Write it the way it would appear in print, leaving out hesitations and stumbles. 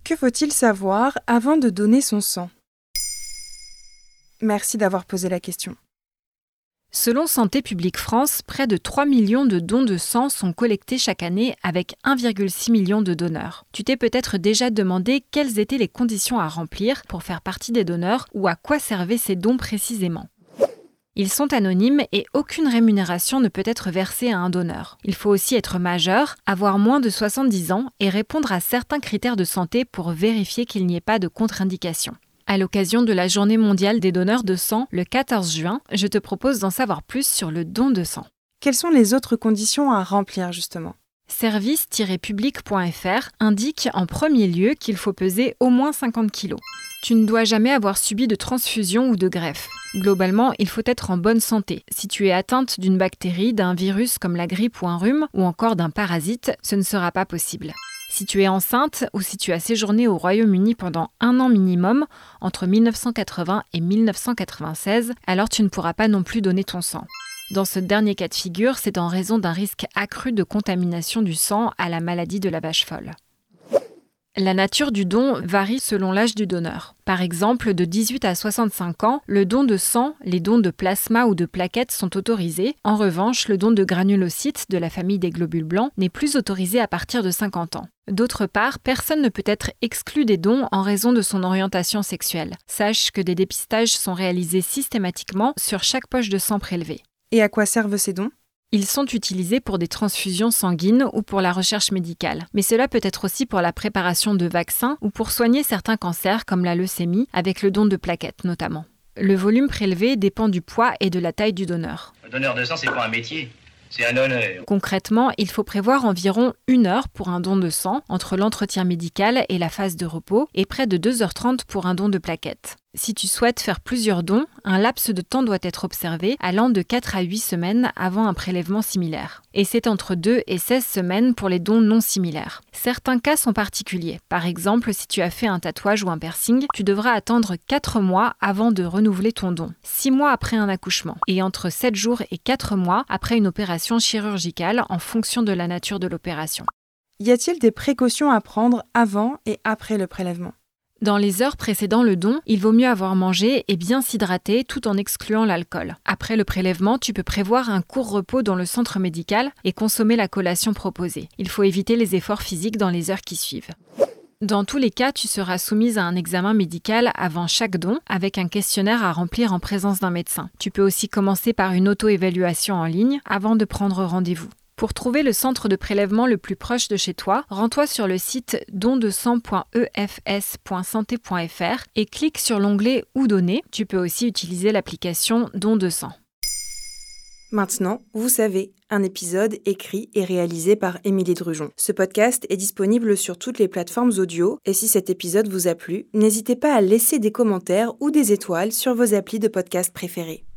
Que faut-il savoir avant de donner son sang ? Merci d'avoir posé la question. Selon Santé publique France, près de 3 millions de dons de sang sont collectés chaque année avec 1,6 million de donneurs. Tu t'es peut-être déjà demandé quelles étaient les conditions à remplir pour faire partie des donneurs ou à quoi servaient ces dons précisément. Ils sont anonymes et aucune rémunération ne peut être versée à un donneur. Il faut aussi être majeur, avoir moins de 70 ans et répondre à certains critères de santé pour vérifier qu'il n'y ait pas de contre-indication. À l'occasion de la Journée mondiale des donneurs de sang, le 14 juin, je te propose d'en savoir plus sur le don de sang. Quelles sont les autres conditions à remplir justement ? Service-public.fr indique en premier lieu qu'il faut peser au moins 50 kg. Tu ne dois jamais avoir subi de transfusion ou de greffe. Globalement, il faut être en bonne santé. Si tu es atteinte d'une bactérie, d'un virus comme la grippe ou un rhume, ou encore d'un parasite, ce ne sera pas possible. Si tu es enceinte ou si tu as séjourné au Royaume-Uni pendant 1 an minimum, entre 1980 et 1996, alors tu ne pourras pas non plus donner ton sang. Dans ce dernier cas de figure, c'est en raison d'un risque accru de contamination du sang à la maladie de la vache folle. La nature du don varie selon l'âge du donneur. Par exemple, de 18 à 65 ans, le don de sang, les dons de plasma ou de plaquettes sont autorisés. En revanche, le don de granulocytes de la famille des globules blancs n'est plus autorisé à partir de 50 ans. D'autre part, personne ne peut être exclu des dons en raison de son orientation sexuelle. Sache que des dépistages sont réalisés systématiquement sur chaque poche de sang prélevée. Et à quoi servent ces dons ? Ils sont utilisés pour des transfusions sanguines ou pour la recherche médicale. Mais cela peut être aussi pour la préparation de vaccins ou pour soigner certains cancers comme la leucémie, avec le don de plaquettes notamment. Le volume prélevé dépend du poids et de la taille du donneur. Le donneur de sang, c'est pas un métier, c'est un honneur. Concrètement, il faut prévoir environ 1 heure pour un don de sang, entre l'entretien médical et la phase de repos, et près de 2h30 pour un don de plaquettes. Si tu souhaites faire plusieurs dons, un laps de temps doit être observé allant de 4 à 8 semaines avant un prélèvement similaire. Et c'est entre 2 et 16 semaines pour les dons non similaires. Certains cas sont particuliers. Par exemple, si tu as fait un tatouage ou un piercing, tu devras attendre 4 mois avant de renouveler ton don, 6 mois après un accouchement, et entre 7 jours et 4 mois après une opération chirurgicale en fonction de la nature de l'opération. Y a-t-il des précautions à prendre avant et après le prélèvement ? Dans les heures précédant le don, il vaut mieux avoir mangé et bien s'hydrater tout en excluant l'alcool. Après le prélèvement, tu peux prévoir un court repos dans le centre médical et consommer la collation proposée. Il faut éviter les efforts physiques dans les heures qui suivent. Dans tous les cas, tu seras soumise à un examen médical avant chaque don avec un questionnaire à remplir en présence d'un médecin. Tu peux aussi commencer par une auto-évaluation en ligne avant de prendre rendez-vous. Pour trouver le centre de prélèvement le plus proche de chez toi, rends-toi sur le site dondesang.efs.santé.fr et clique sur l'onglet « Où donner ». Tu peux aussi utiliser l'application Don de sang. Maintenant, vous savez, un épisode écrit et réalisé par Émilie Drujon. Ce podcast est disponible sur toutes les plateformes audio et si cet épisode vous a plu, n'hésitez pas à laisser des commentaires ou des étoiles sur vos applis de podcast préférés.